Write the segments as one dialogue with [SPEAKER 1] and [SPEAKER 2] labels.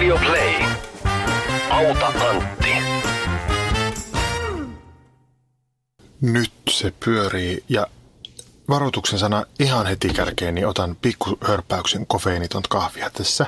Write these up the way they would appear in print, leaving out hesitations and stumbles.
[SPEAKER 1] Radio Play. Auta Antti.
[SPEAKER 2] Nyt se pyörii ja varoituksen sana ihan heti kärkeen, niin otan pikkuhörppäyksen kofeiinitonta kahvia tässä.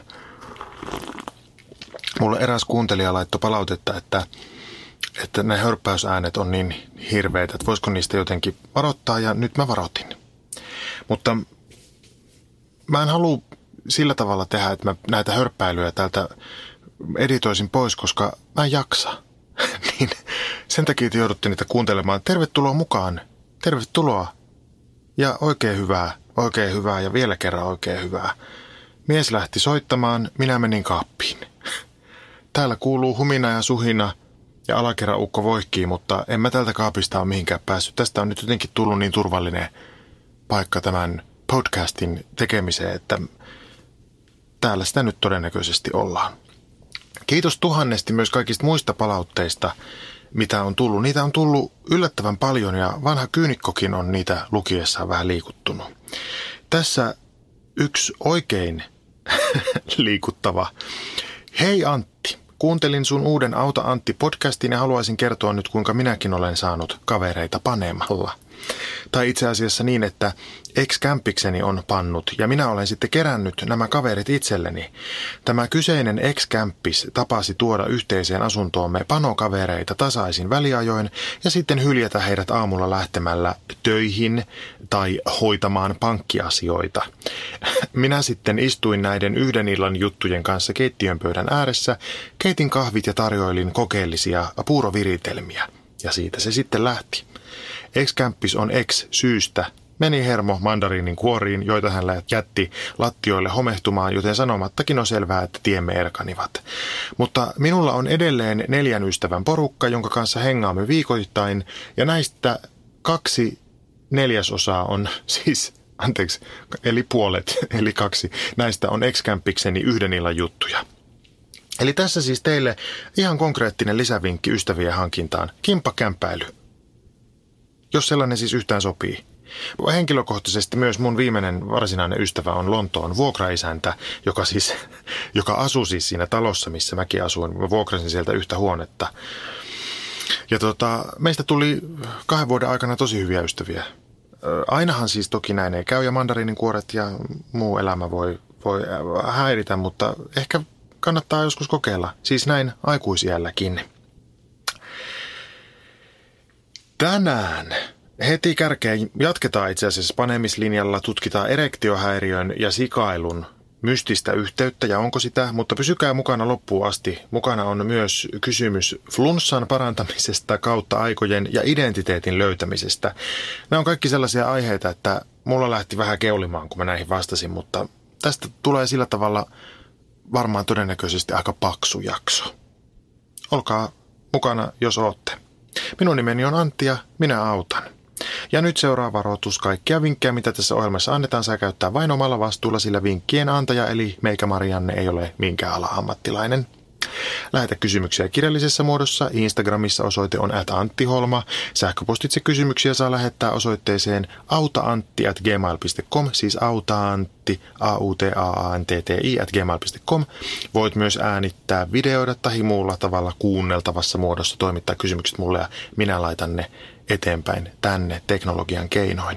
[SPEAKER 2] Mulle eräs kuuntelija laittoi palautetta, että ne hörppäysäänet on niin hirveitä, että voisiko niistä jotenkin varoittaa, ja nyt mä varoitin. Mutta mä en halua sillä tavalla tehdä, että mä näitä hörppäilyjä täältä editoisin pois, koska mä en jaksa. Niin sen takia te joudutte niitä kuuntelemaan. Tervetuloa mukaan. Tervetuloa. Ja oikein hyvää ja vielä kerran oikein hyvää. Mies lähti soittamaan, minä menin kaappiin. Täällä kuuluu humina ja suhina ja alakerraukko voihkii, mutta en mä tältä kaapista ole mihinkään päässyt. Tästä on nyt jotenkin tullut niin turvallinen paikka tämän podcastin tekemiseen, että täällä sitä nyt todennäköisesti ollaan. Kiitos tuhannesti myös kaikista muista palautteista, mitä on tullut. Niitä on tullut yllättävän paljon ja vanha kyynikkokin on niitä lukiessaan vähän liikuttunut. Tässä yksi oikein liikuttava. Hei Antti, kuuntelin sun uuden Auta Antti podcastin ja haluaisin kertoa nyt kuinka minäkin olen saanut kavereita panemalla. Tai itse asiassa niin, että ex-kämpikseni on pannut ja minä olen sitten kerännyt nämä kaverit itselleni. Tämä kyseinen ex-kämppis tapasi tuoda yhteiseen asuntoomme panokavereita tasaisin väliajoin ja sitten hyljätä heidät aamulla lähtemällä töihin tai hoitamaan pankkiasioita. Minä sitten istuin näiden yhden illan juttujen kanssa keittiönpöydän ääressä, keitin kahvit ja tarjoilin kokeellisia puuroviritelmiä ja siitä se sitten lähti. Ex-kämppis on ex-syystä. Meni hermo mandariinin kuoriin, joita hän jätti lattioille homehtumaan, joten sanomattakin on selvää, että tiemme erkanivat. Mutta minulla on edelleen 4 ystävän porukka, jonka kanssa hengaamme viikoittain, ja näistä 2/4 on eli puolet, eli 2 näistä on ex-kämppikseni yhden illan juttuja. Eli tässä siis teille ihan konkreettinen lisävinkki ystävien hankintaan. Kimppakämpäily. Jos sellainen siis yhtään sopii. Henkilökohtaisesti myös mun viimeinen varsinainen ystävä on Lontoon vuokraisäntä, joka asui siis siinä talossa, missä mäkin asuin. Mä vuokrasin sieltä yhtä huonetta. Ja meistä tuli 2 vuoden aikana tosi hyviä ystäviä. Ainahan siis toki näin ei käy ja mandariininkuoret ja muu elämä voi häiritä, mutta ehkä kannattaa joskus kokeilla. Siis näin aikuisiälläkin. Tänään heti kärkeen jatketaan itse asiassa panemislinjalla, tutkitaan erektiohäiriön ja sikailun mystistä yhteyttä ja onko sitä, mutta pysykää mukana loppuun asti. Mukana on myös kysymys flunssan parantamisesta kautta aikojen ja identiteetin löytämisestä. Nämä on kaikki sellaisia aiheita, että mulla lähti vähän keulimaan, kun mä näihin vastasin, mutta tästä tulee sillä tavalla varmaan todennäköisesti aika paksu jakso. Olkaa mukana, jos ootte. Minun nimeni on Antti ja minä autan. Ja nyt seuraa varoitus. Kaikkia vinkkejä, mitä tässä ohjelmassa annetaan, saa käyttää vain omalla vastuulla, sillä vinkkien antaja eli meikä Marianne ei ole minkään ala-ammattilainen. Lähetä kysymyksiä kirjallisessa muodossa. Instagramissa osoite on @anttiholma. Sähköpostitse kysymyksiä saa lähettää osoitteeseen autaantti@gmail.com, siis autaantti, autaantti@gmail.com. Voit myös äänittää, videoida tai muulla tavalla kuunneltavassa muodossa toimittaa kysymykset mulle ja minä laitan ne eteenpäin tänne teknologian keinoin.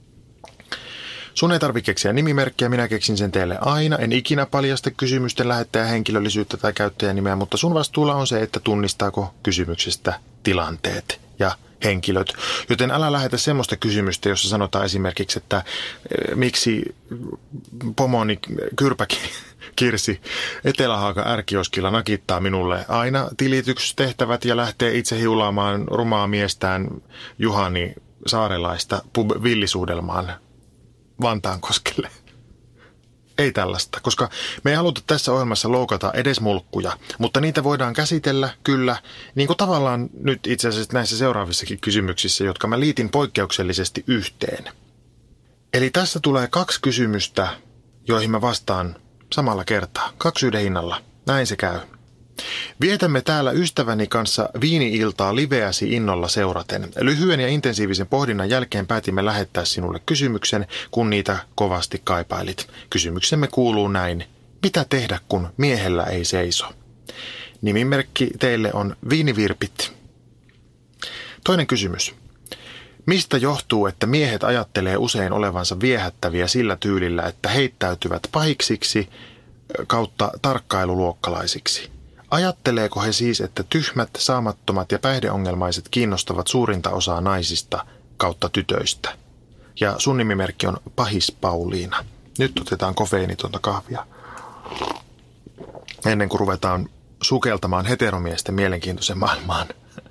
[SPEAKER 2] Sun ei tarvitse keksiä nimimerkkiä, minä keksin sen teille aina. En ikinä paljasta kysymysten lähettäjän henkilöllisyyttä tai käyttäjänimeä, mutta sun vastuulla on se, että tunnistaako kysymyksestä tilanteet ja henkilöt. Joten älä lähetä semmoista kysymystä, jossa sanotaan esimerkiksi, että miksi pomoni Kyrpäki Kirsi Etelä-Haaga ärkioskilla nakittaa minulle aina tilitystehtävät ja lähtee itse hiulaamaan rumaa miestään Juhani Saarelaista villisuudelmaan Vantaankoskelle. Ei tällaista, koska me ei haluta tässä ohjelmassa loukata edes mulkkuja, mutta niitä voidaan käsitellä kyllä, niin kuin tavallaan nyt itse asiassa näissä seuraavissakin kysymyksissä, jotka mä liitin poikkeuksellisesti yhteen. Eli tässä tulee 2 kysymystä, joihin mä vastaan samalla kertaa, 2 yhden hinnalla. Näin se käy. Vietämme täällä ystäväni kanssa viini-iltaa liveäsi innolla seuraten. Lyhyen ja intensiivisen pohdinnan jälkeen päätimme lähettää sinulle kysymyksen, kun niitä kovasti kaipailit. Kysymyksemme kuuluu näin. Mitä tehdä, kun miehellä ei seiso? Nimimerkki teille on Viinivirpit. Toinen kysymys. Mistä johtuu, että miehet ajattelee usein olevansa viehättäviä sillä tyylillä, että heittäytyvät pahiksiksi kautta tarkkailuluokkalaisiksi? Ajatteleeko he siis, että tyhmät, saamattomat ja päihdeongelmaiset kiinnostavat suurinta osaa naisista kautta tytöistä? Ja sun nimimerkki on Pahis Pauliina. Nyt otetaan kofeiinitonta kahvia. Ennen kuin ruvetaan sukeltamaan heteromiesten mielenkiintoisen maailmaan.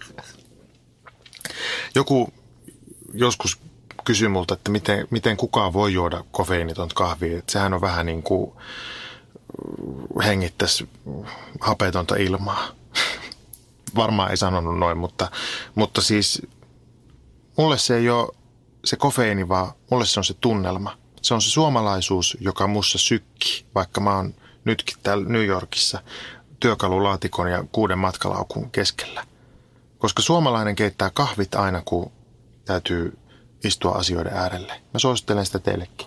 [SPEAKER 2] Joku joskus kysyi multa, että miten kukaan voi juoda kofeiinitonta kahvia. Että sehän on vähän niin kuin hengittäisi hapetonta ilmaa. Varmaan ei sanonut noin, mutta siis mulle se ei ole se kofeiini, vaan mulle se on se tunnelma. Se on se suomalaisuus, joka mussa sykkii, vaikka mä oon nytkin täällä New Yorkissa työkalulaatikon ja 6 matkalaukun keskellä. Koska suomalainen keittää kahvit aina, kun täytyy istua asioiden äärelle. Mä suosittelen sitä teillekin.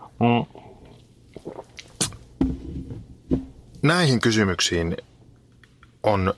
[SPEAKER 2] Näihin kysymyksiin on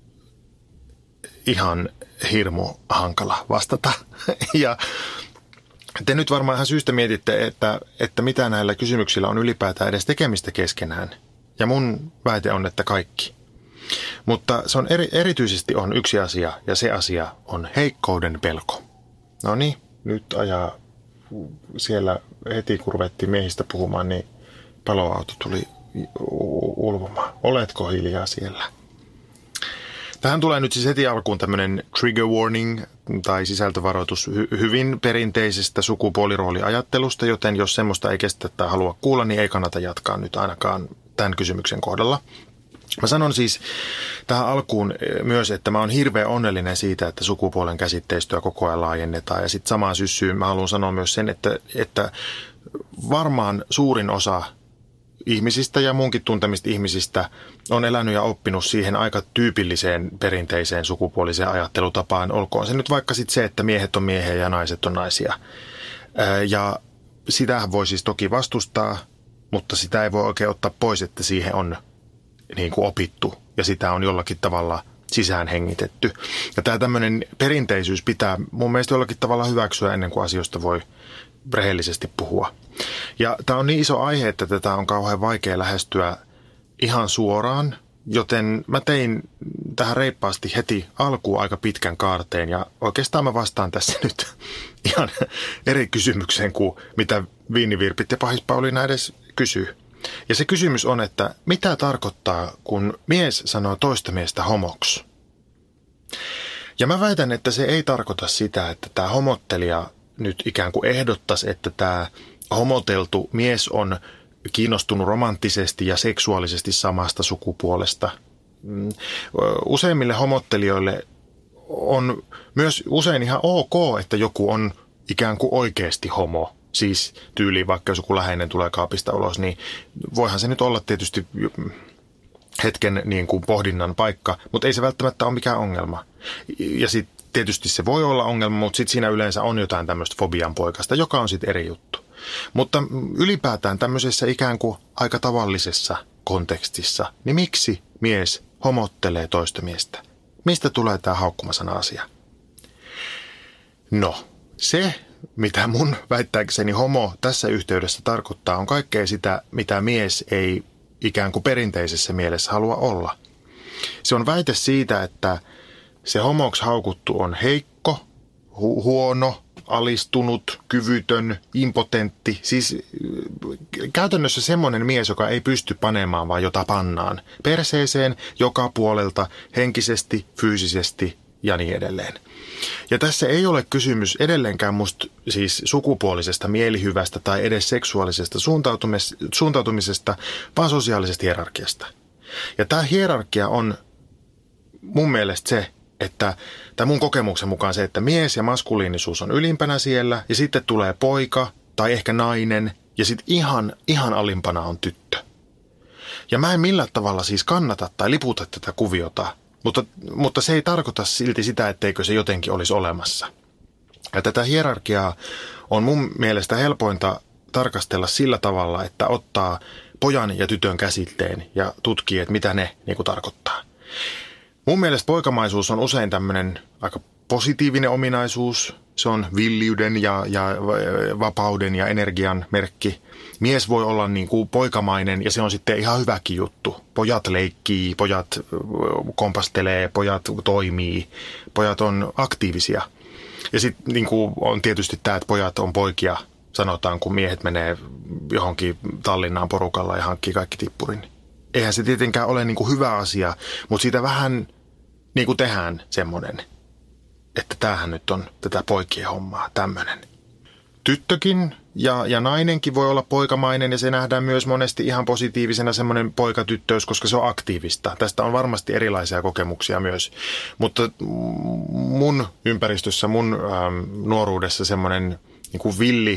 [SPEAKER 2] ihan hirmu hankala vastata. Ja te nyt varmaan ihan syystä mietitte, että mitä näillä kysymyksillä on ylipäätään edes tekemistä keskenään. Ja mun väite on, että kaikki. Mutta se on erityisesti on yksi asia, ja se asia on heikkouden pelko. No niin, nyt ajaa siellä heti, kun ruvettiin miehistä puhumaan, niin paloauto tuli ulvomaan. Oletko hiljaa siellä? Tähän tulee nyt siis heti alkuun tämmöinen trigger warning tai sisältövaroitus hyvin perinteisestä sukupuolirooliajattelusta, joten jos semmoista ei kestä tai halua kuulla, niin ei kannata jatkaa nyt ainakaan tämän kysymyksen kohdalla. Mä sanon siis tähän alkuun myös, että mä oon hirveän onnellinen siitä, että sukupuolen käsitteistöä koko ajan laajennetaan. Ja sitten samaan syssyyn mä haluan sanoa myös sen, että varmaan suurin osa ihmisistä ja muunkin tuntemista ihmisistä on elänyt ja oppinut siihen aika tyypilliseen perinteiseen sukupuoliseen ajattelutapaan. Olkoon se nyt vaikka sitten se, että miehet on miehiä ja naiset on naisia. Ja sitähän voi siis toki vastustaa, mutta sitä ei voi oikein ottaa pois, että siihen on niin kuin opittu ja sitä on jollakin tavalla sisään hengitetty. Ja tämä tämmöinen perinteisyys pitää mun mielestä jollakin tavalla hyväksyä ennen kuin asioista voi rehellisesti puhua. Ja tämä on niin iso aihe, että tätä on kauhean vaikea lähestyä ihan suoraan, joten mä tein tähän reippaasti heti alkuun aika pitkän kaarteen ja oikeastaan mä vastaan tässä nyt ihan eri kysymykseen kuin mitä Viinivirpit ja Pahis Pauliina edes kysyy. Ja se kysymys on, että mitä tarkoittaa, kun mies sanoo toista miestä homoksi? Ja mä väitän, että se ei tarkoita sitä, että tämä homottelija nyt ikään kuin ehdottaisi, että tämä homoteltu mies on kiinnostunut romanttisesti ja seksuaalisesti samasta sukupuolesta. Useimmille homottelijoille on myös usein ihan ok, että joku on ikään kuin oikeasti homo. Siis tyyliin, vaikka jos joku läheinen tulee kaapista ulos, niin voihan se nyt olla tietysti hetken niin kuin pohdinnan paikka, mutta ei se välttämättä ole mikään ongelma. Ja sitten tietysti se voi olla ongelma, mutta sitten siinä yleensä on jotain tämmöistä fobian poikasta, joka on sitten eri juttu. Mutta ylipäätään tämmöisessä ikään kuin aika tavallisessa kontekstissa, niin miksi mies homottelee toista miestä? Mistä tulee tämä haukkumasana-asia? No, se mitä mun väittääkseni homo tässä yhteydessä tarkoittaa on kaikkea sitä, mitä mies ei ikään kuin perinteisessä mielessä halua olla. Se on väite siitä, että se homoksi haukuttu on heikko, huono, alistunut, kyvytön, impotentti. Siis käytännössä semmoinen mies, joka ei pysty panemaan, vaan jota pannaan perseeseen joka puolelta henkisesti, fyysisesti ja niin edelleen. Ja tässä ei ole kysymys edelleenkään musta siis sukupuolisesta mielihyvästä tai edes seksuaalisesta suuntautumisesta, vaan sosiaalisesta hierarkiasta. Ja tämä hierarkia on mun mielestä se, että tai mun kokemuksen mukaan se, että mies ja maskuliinisuus on ylimpänä siellä ja sitten tulee poika tai ehkä nainen ja sitten ihan alimpana on tyttö. Ja mä en millään tavalla siis kannata tai liputa tätä kuviota, mutta se ei tarkoita silti sitä, etteikö se jotenkin olisi olemassa. Ja tätä hierarkiaa on mun mielestä helpointa tarkastella sillä tavalla, että ottaa pojan ja tytön käsitteen ja tutkii, että mitä ne niin kuin tarkoittaa. Mun mielestä poikamaisuus on usein tämmöinen aika positiivinen ominaisuus. Se on villiyden ja vapauden ja energian merkki. Mies voi olla niin kuin poikamainen ja se on sitten ihan hyväkin juttu. Pojat leikkii, pojat kompastelee, pojat toimii, pojat on aktiivisia. Ja sitten niin kuin on tietysti tämä, että pojat on poikia, sanotaan, kun miehet menee johonkin Tallinnaan porukalla ja hankkii kaikki tippurin. Eihän se tietenkään ole niin kuin hyvä asia, mutta siitä vähän niin kuin tehdään semmoinen, että tämähän nyt on tätä poikien hommaa, tämmöinen. Tyttökin ja nainenkin voi olla poikamainen ja se nähdään myös monesti ihan positiivisena semmoinen poikatyttöys, koska se on aktiivista. Tästä on varmasti erilaisia kokemuksia myös, mutta mun ympäristössä, mun nuoruudessa semmoinen niin kuin villi,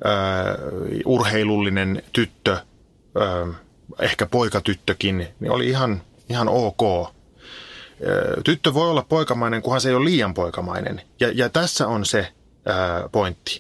[SPEAKER 2] urheilullinen tyttö, ehkä poikatyttökin, niin oli ihan ok. Tyttö voi olla poikamainen, kunhan se ei ole liian poikamainen. Ja tässä on se pointti.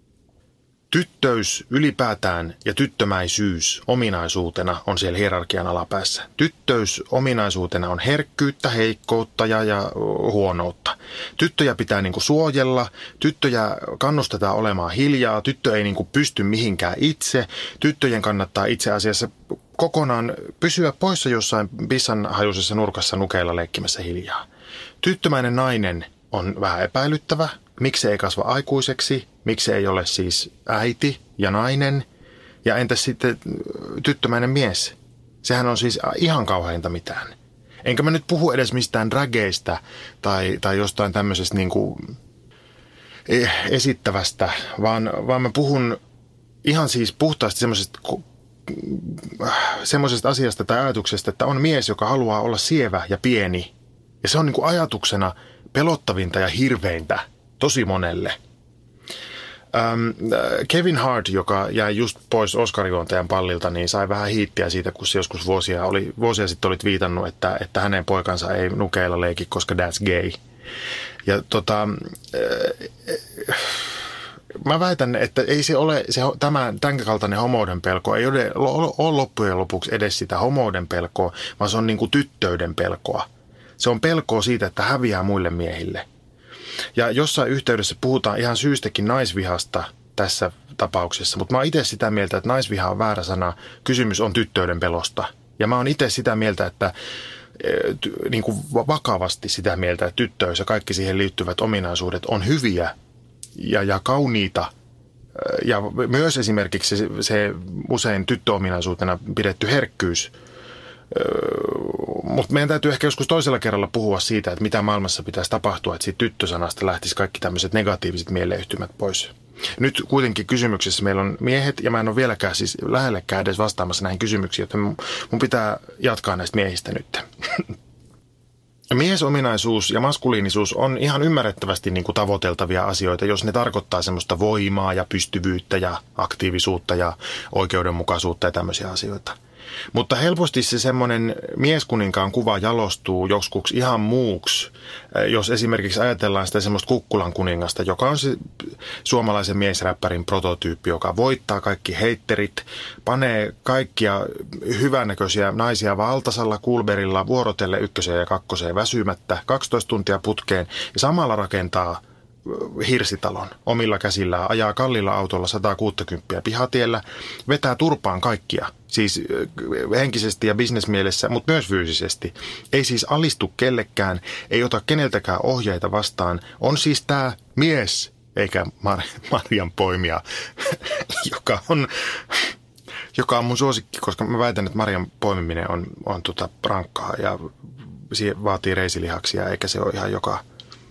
[SPEAKER 2] Tyttöys ylipäätään ja tyttömäisyys ominaisuutena on siellä hierarkian alapäässä. Tyttöys ominaisuutena on herkkyyttä, heikkoutta ja huonoutta. Tyttöjä pitää niinku suojella, tyttöjä kannustetaan olemaan hiljaa, tyttö ei niinku pysty mihinkään itse. Tyttöjen kannattaa itse asiassa kokonaan pysyä poissa jossain pissanhajuisessa nurkassa nukeilla leikkimässä hiljaa. Tyttömäinen nainen on vähän epäilyttävä. Miksi ei kasva aikuiseksi? Miksi ei ole siis äiti ja nainen? Ja entäs sitten tyttömäinen mies? Sehän on siis ihan kauheinta mitään. Enkä mä nyt puhu edes mistään drageista tai jostain tämmöisestä niinku esittävästä, vaan mä puhun ihan siis puhtaasti semmoisesta asiasta tai ajatuksesta, että on mies, joka haluaa olla sievä ja pieni. Ja se on niinku ajatuksena pelottavinta ja hirveintä tosi monelle. Kevin Hart, joka jäi just pois Oscar-juontajan pallilta, niin sai vähän hiittiä siitä, kun se joskus vuosia sitten oli viitannut, että hänen poikansa ei nukeilla leiki, koska that's gay. Ja mä väitän, että ei se ole, tämän kaltainen homouden pelko ei ole loppujen lopuksi edes sitä homouden pelkoa, vaan se on niin kuin tyttöyden pelkoa. Se on pelkoa siitä, että häviää muille miehille. Ja jossain yhteydessä puhutaan ihan syystäkin naisvihasta tässä tapauksessa, mutta mä oon itse sitä mieltä, että naisviha on väärä sana. Kysymys on tyttöyden pelosta. Ja mä oon itse sitä mieltä, että niin kuin vakavasti sitä mieltä, että tyttöys ja kaikki siihen liittyvät ominaisuudet on hyviä ja kauniita. Ja myös esimerkiksi se usein tyttöominaisuutena pidetty herkkyys. Mutta meidän täytyy ehkä joskus toisella kerralla puhua siitä, että mitä maailmassa pitäisi tapahtua, että siitä tyttösanasta lähtisi kaikki tämmöiset negatiiviset mieleyhtymät pois. Nyt kuitenkin kysymyksessä meillä on miehet, ja mä en ole vieläkään siis lähellekään edes vastaamassa näihin kysymyksiin, joten mun pitää jatkaa näistä miehistä nyt. Miesominaisuus ja maskuliinisuus on ihan ymmärrettävästi niin kuin tavoiteltavia asioita, jos ne tarkoittaa semmoista voimaa ja pystyvyyttä ja aktiivisuutta ja oikeudenmukaisuutta ja tämmöisiä asioita. Mutta helposti se semmoinen mieskuninkaan kuva jalostuu joskus ihan muuksi, jos esimerkiksi ajatellaan sitä semmoista Kukkulan kuningasta, joka on se suomalaisen miesräppärin prototyyppi, joka voittaa kaikki heitterit, panee kaikkia hyvännäköisiä naisia valtasalla Kulberilla vuorotelle 1 ja 2 väsymättä 12 tuntia putkeen ja samalla rakentaa hirsitalon omilla käsillään, ajaa kallilla autolla 160 pihatiellä, vetää turpaan kaikkia, siis henkisesti ja bisnesmielessä, mutta myös fyysisesti. Ei siis alistu kellekään, ei ota keneltäkään ohjeita vastaan. On siis tämä mies, eikä Marjan poimija, joka on mun suosikki, koska mä väitän, että Marjan poimiminen on rankkaa ja vaatii reisilihaksia, eikä se ole ihan joka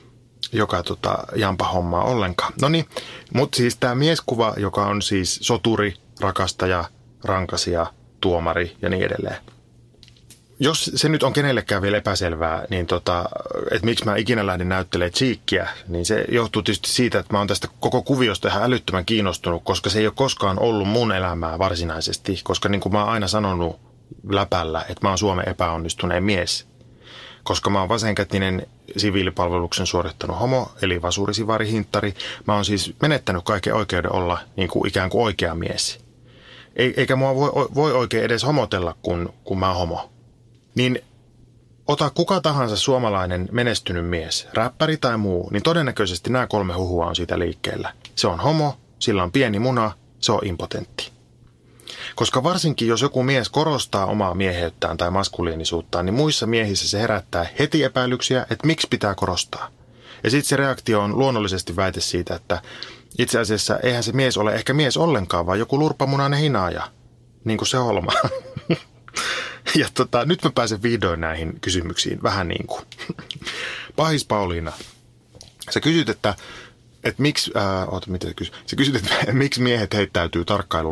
[SPEAKER 2] jampa hommaa ollenkaan. Noniin, mutta siis tämä mieskuva, joka on siis soturi, rakastaja, rankasija, tuomari ja niin edelleen. Jos se nyt on kenellekään vielä epäselvää, niin että miksi mä ikinä lähdin näyttelemään Cheekkiä, niin se johtuu tietysti siitä, että mä oon tästä koko kuviosta ihan älyttömän kiinnostunut, koska se ei ole koskaan ollut mun elämää varsinaisesti, koska niin kuin mä oon aina sanonut läpällä, että mä oon Suomen epäonnistuneen mies. Koska mä oon vasenkätinen siviilipalveluksen suorittanut homo, eli vasurisivari-hinttari. Mä oon siis menettänyt kaiken oikeuden olla niin kuin ikään kuin oikea mies. eikä mua voi oikein edes homotella, kun mä oon homo. Niin ota kuka tahansa suomalainen menestynyt mies, räppäri tai muu, niin todennäköisesti nämä 3 huhua on siitä liikkeellä. Se on homo, sillä on pieni muna, se on impotentti. Koska varsinkin jos joku mies korostaa omaa mieheyttään tai maskuliinisuuttaan, niin muissa miehissä se herättää heti epäilyksiä, että miksi pitää korostaa. Ja sitten se reaktio on luonnollisesti väite siitä, että itse asiassa eihän se mies ole ehkä mies ollenkaan, vaan joku lurpamunainen hinaaja, niin kuin se Holma. Ja nyt mä pääsen vihdoin näihin kysymyksiin vähän niin kuin. Pahis Pauliina, sä kysyt, että miksi, sä kysyt, että miksi miehet heittäytyy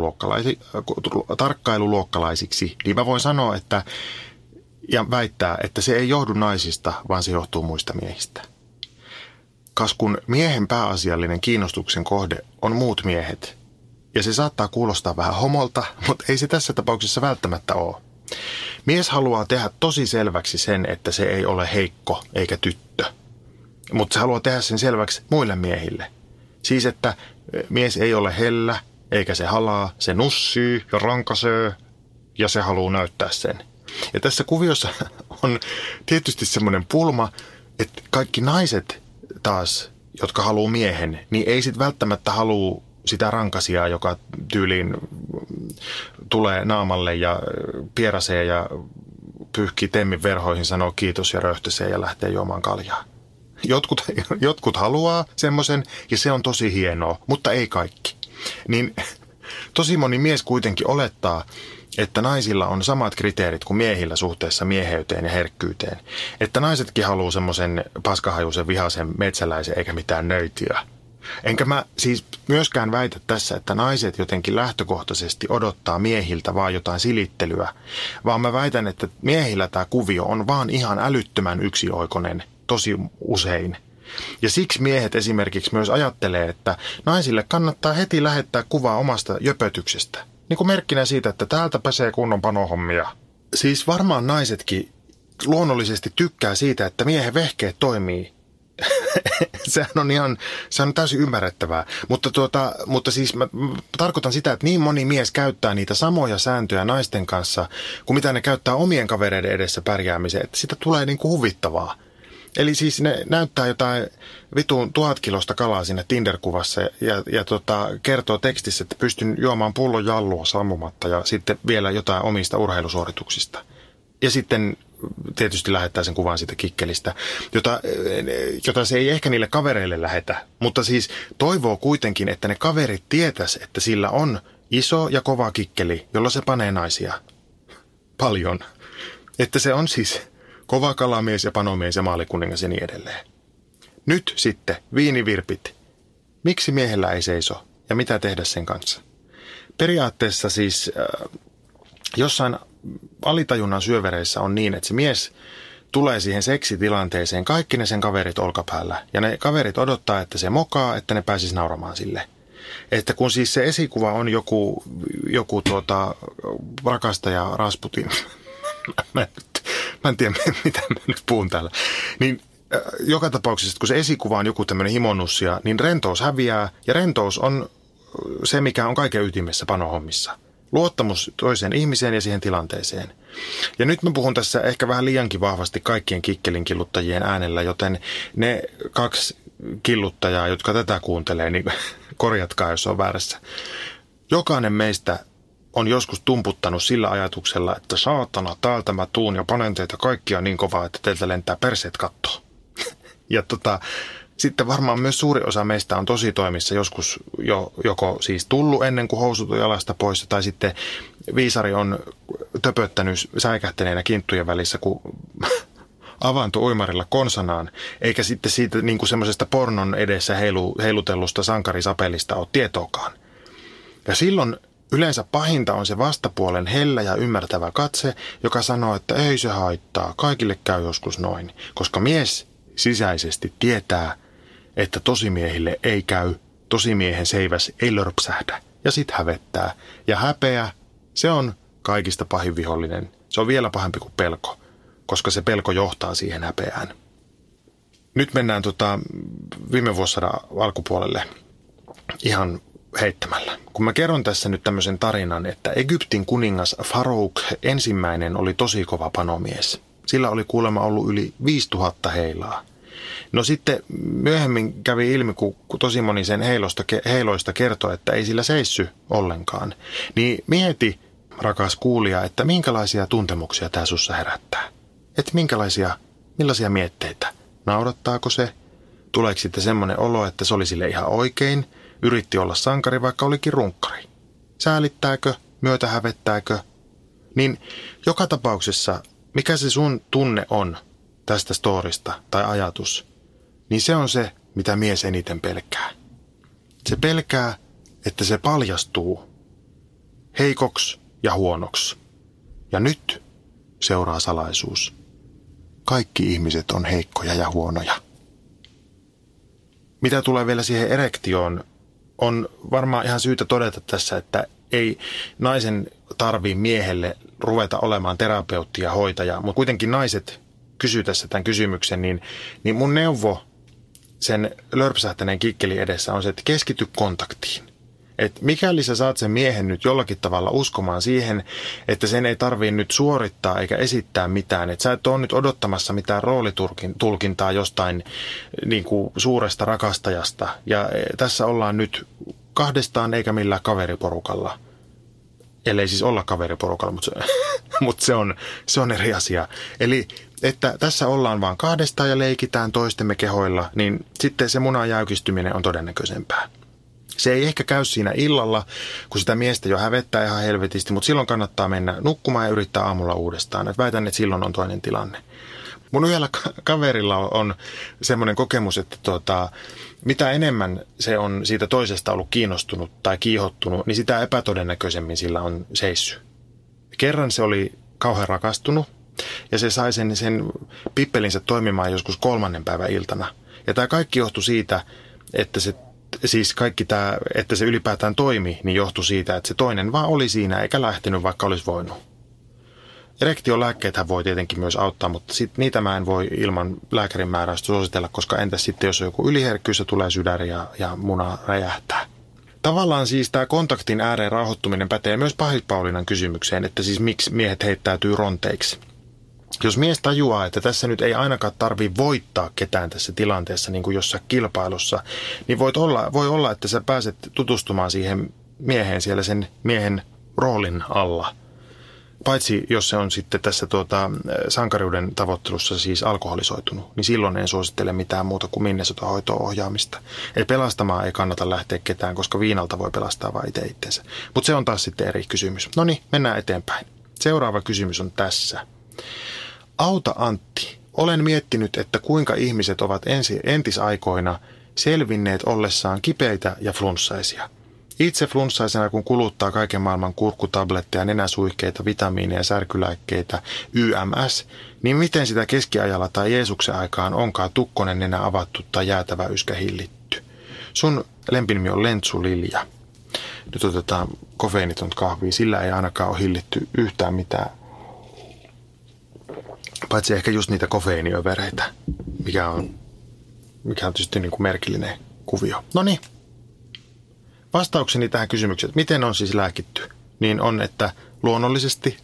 [SPEAKER 2] tarkkailuluokkalaisiksi, niin mä voin sanoa, että ja väittää, että se ei johdu naisista, vaan se johtuu muista miehistä. Kas kun miehen pääasiallinen kiinnostuksen kohde on muut miehet, ja se saattaa kuulostaa vähän homolta, mutta ei se tässä tapauksessa välttämättä ole. Mies haluaa tehdä tosi selväksi sen, että se ei ole heikko eikä tyttö, mutta se haluaa tehdä sen selväksi muille miehille. Siis, että mies ei ole hellä, eikä se halaa, se nussii ja rankasee, ja se haluaa näyttää sen. Ja tässä kuviossa on tietysti semmoinen pulma, että kaikki naiset taas, jotka haluaa miehen, niin ei sitten välttämättä halua sitä rankasiaa, joka tyyliin tulee naamalle ja pierasee ja pyyhkii temmin verhoihin, sanoo kiitos ja röhtösee ja lähtee juomaan kaljaa. Jotkut haluaa semmoisen ja se on tosi hienoa, mutta ei kaikki. Niin tosi moni mies kuitenkin olettaa, että naisilla on samat kriteerit kuin miehillä suhteessa mieheyteen ja herkkyyteen. Että naisetkin haluaa semmoisen paskahajuisen vihaisen metsäläisen eikä mitään nöitiä. Enkä mä siis myöskään väitä tässä, että naiset jotenkin lähtökohtaisesti odottaa miehiltä vaan jotain silittelyä, vaan mä väitän, että miehillä tämä kuvio on vaan ihan älyttömän yksioikoinen tosi usein. Ja siksi miehet esimerkiksi myös ajattelee, että naisille kannattaa heti lähettää kuvaa omasta jöpötyksestä. Niin kuin merkkinä siitä, että täältä pesee kunnon panohommia. Siis varmaan naisetkin luonnollisesti tykkää siitä, että miehen vehkeet toimii. Se on täysin ymmärrettävää. Mutta siis mä tarkoitan sitä, että niin moni mies käyttää niitä samoja sääntöjä naisten kanssa, kuin mitä ne käyttää omien kavereiden edessä pärjäämiseen, että sitä tulee niin kuin huvittavaa. Eli siis ne näyttää jotain vitun 1000 kilosta kalaa siinä Tinder-kuvassa ja kertoo tekstissä, että pystyn juomaan pullon jallua sammumatta ja sitten vielä jotain omista urheilusuorituksista. Ja sitten tietysti lähettää sen kuvan siitä kikkelistä, jota se ei ehkä niille kavereille lähetä. Mutta siis toivoo kuitenkin, että ne kaverit tietäis, että sillä on iso ja kova kikkeli, jolla se panee naisia. Paljon. Että se on siis kova kalamies ja panomies ja maalikuningas ja niin edelleen. Nyt sitten viinivirpit. Miksi miehellä ei seiso ja mitä tehdä sen kanssa? Periaatteessa siis jossain alitajunnan syövereissä on niin, että se mies tulee siihen seksitilanteeseen kaikki ne sen kaverit olkapäällä. Ja ne kaverit odottaa, että se mokaa, että ne pääsisi nauramaan sille. Että kun siis se esikuva on joku rakastaja Rasputin. Mä en tiedä, mitä mä nyt puhun täällä. Niin joka tapauksessa, kun se esikuva on joku tämmöinen himonussia, niin rentous häviää. Ja rentous on se, mikä on kaiken ytimessä panohommissa. Luottamus toiseen ihmiseen ja siihen tilanteeseen. Ja nyt mä puhun tässä ehkä vähän liiankin vahvasti kaikkien kikkelin killuttajien äänellä, joten ne 2 killuttajaa, jotka tätä kuuntelee, niin korjatkaa, jos on väärässä. Jokainen meistä on joskus tumputtanut sillä ajatuksella, että saatana, täältä mä tuun ja panen teitä kaikkia niin kovaa, että teiltä lentää perseet kattoon. Ja sitten varmaan myös suuri osa meistä on tosi toimissa joskus joko siis tullut ennen kuin housut on jalasta pois, tai sitten viisari on töpöttänyt säikähtäneenä kinttujen välissä, kun avaantui uimarilla konsanaan, eikä sitten siitä niin kuin semmoisesta pornon edessä heilutellusta sankarisapelista ole tietoakaan. Ja silloin yleensä pahinta on se vastapuolen hellä ja ymmärtävä katse, joka sanoo, että ei se haittaa, kaikille käy joskus noin, koska mies sisäisesti tietää, että tosimiehille ei käy, tosimiehen seiväs ei lörpsähdä ja sit hävettää. Ja häpeä, se on kaikista pahin vihollinen. Se on vielä pahempi kuin pelko, koska se pelko johtaa siihen häpeään. Nyt mennään viime vuosisadan alkupuolelle ihan heittämällä. Kun mä kerron tässä nyt tämmöisen tarinan, että Egyptin kuningas Farouk ensimmäinen oli tosi kova panomies. Sillä oli kuulemma ollut yli 5000 heilaa. No sitten myöhemmin kävi ilmi, kun tosi moni sen heiloista kertoi, että ei sillä seissy ollenkaan. Niin mieti, rakas kuulija, että minkälaisia tuntemuksia tämä sussa herättää. Että millaisia mietteitä. Naurattaako se? Tuleeko sitten semmoinen olo, että se oli sille ihan oikein? Yritti olla sankari, vaikka olikin runkkari. Säälittääkö? Myötähävettääkö? Niin joka tapauksessa, mikä se sun tunne on tästä storista tai ajatus, niin se on se, mitä mies eniten pelkää. Se pelkää, että se paljastuu heikoksi ja huonoksi. Ja nyt seuraa salaisuus. Kaikki ihmiset on heikkoja ja huonoja. Mitä tulee vielä siihen erektioon, on varmaan ihan syytä todeta tässä, että ei naisen tarvii miehelle ruveta olemaan terapeutti ja hoitaja, mutta kuitenkin naiset kysyy tässä tämän kysymyksen, niin mun neuvo sen lörpsähtäneen kikkelin edessä on se, että keskity kontaktiin. Että mikäli sä saat sen miehen nyt jollakin tavalla uskomaan siihen, että sen ei tarvii nyt suorittaa eikä esittää mitään. Että sä et ole nyt odottamassa mitään roolitulkintaa jostain niin kuin suuresta rakastajasta. Ja tässä ollaan nyt kahdestaan eikä millään kaveriporukalla. Ellei siis olla kaveriporukalla, mutta se on eri asia. Eli että tässä ollaan vaan kahdestaan ja leikitään toistemme kehoilla, niin sitten se munan jäykistyminen on todennäköisempää. Se ei ehkä käy siinä illalla, kun sitä miestä jo hävettää ihan helvetisti, mutta silloin kannattaa mennä nukkumaan ja yrittää aamulla uudestaan. Et väitän, että silloin on toinen tilanne. Mun yhdellä kaverilla on semmoinen kokemus, että mitä enemmän se on siitä toisesta ollut kiinnostunut tai kiihottunut, niin sitä epätodennäköisemmin sillä on seissy. Kerran se oli kauhean rakastunut ja se sai sen pippelinsä toimimaan joskus 3. päivän iltana. Ja tämä kaikki johtui siitä, että että se ylipäätään toimi, niin johtui siitä, että se toinen vaan oli siinä eikä lähtenyt, vaikka olisi voinut. Erektiolääkkeethän voi tietenkin myös auttaa, mutta niitä mä en voi ilman lääkärin määräystä suositella, koska entäs sitten, jos on joku yliherkkyys, tulee sydän ja muna räjähtää. Tavallaan siis tämä kontaktin ääreen rauhoittuminen pätee myös Pahis-Pauliinan kysymykseen, että siis miksi miehet heittäytyy ronteiksi. Jos mies tajuaa, että tässä nyt ei ainakaan tarvitse voittaa ketään tässä tilanteessa niin kuin jossain kilpailussa, niin voi olla, että sä pääset tutustumaan siihen mieheen siellä sen miehen roolin alla. Paitsi jos se on sitten tässä sankariuden tavoittelussa siis alkoholisoitunut, niin silloin en suosittele mitään muuta kuin minnesotahoitoon ohjaamista. Eli pelastamaan ei kannata lähteä ketään, koska viinalta voi pelastaa vain itse itsensä. Mutta se on taas sitten eri kysymys. No niin, mennään eteenpäin. Seuraava kysymys on tässä. Auta Antti. Olen miettinyt, että kuinka ihmiset ovat entisaikoina selvinneet ollessaan kipeitä ja flunssaisia. Itse flunssaisena, kun kuluttaa kaiken maailman kurkkutabletteja, nenäsuihkeita, vitamiineja, särkylääkkeitä, YMS, niin miten sitä keskiajalla tai Jeesuksen aikaan onkaan tukkonen nenä avattu tai jäätävä yskä hillitty? Sun lempinimi on Lentsu Lilja. Nyt otetaan kofeiinitonta kahvia, sillä ei ainakaan ole hillitty yhtään mitään. Paitsi ehkä just niitä kofeiiniövereitä, mikä on tietysti niin kuin merkillinen kuvio. No niin. Vastaukseni tähän kysymykseen, että miten on siis lääkitty, niin on, että luonnollisesti.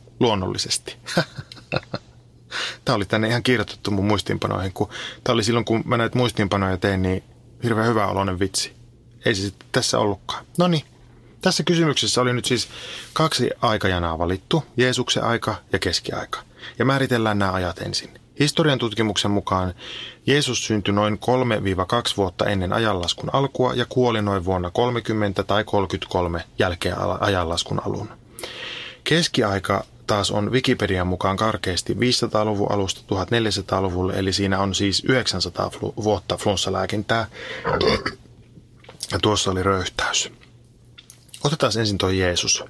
[SPEAKER 2] Tämä oli tänne ihan kirjoitettu mun muistiinpanoihin, tämä oli silloin, kun mä näitä muistiinpanoja tein, niin hirveän hyvä oloinen vitsi. Ei se sitten tässä ollutkaan. No niin, tässä kysymyksessä oli nyt siis 2 aikajanaa valittu, Jeesuksen aika ja keskiaika. Ja määritellään nämä ajat ensin. Historian tutkimuksen mukaan Jeesus syntyi noin 3-2 vuotta ennen ajanlaskun alkua ja kuoli noin vuonna 30 tai 33 jälkeen ajanlaskun alun. Keskiaika taas on Wikipedian mukaan karkeasti 500-luvun alusta 1400-luvulle, eli siinä on siis 900 vuotta flunssalääkintää. Ja tuossa oli röyhtäys. Otetaan ensin tuo Jeesus.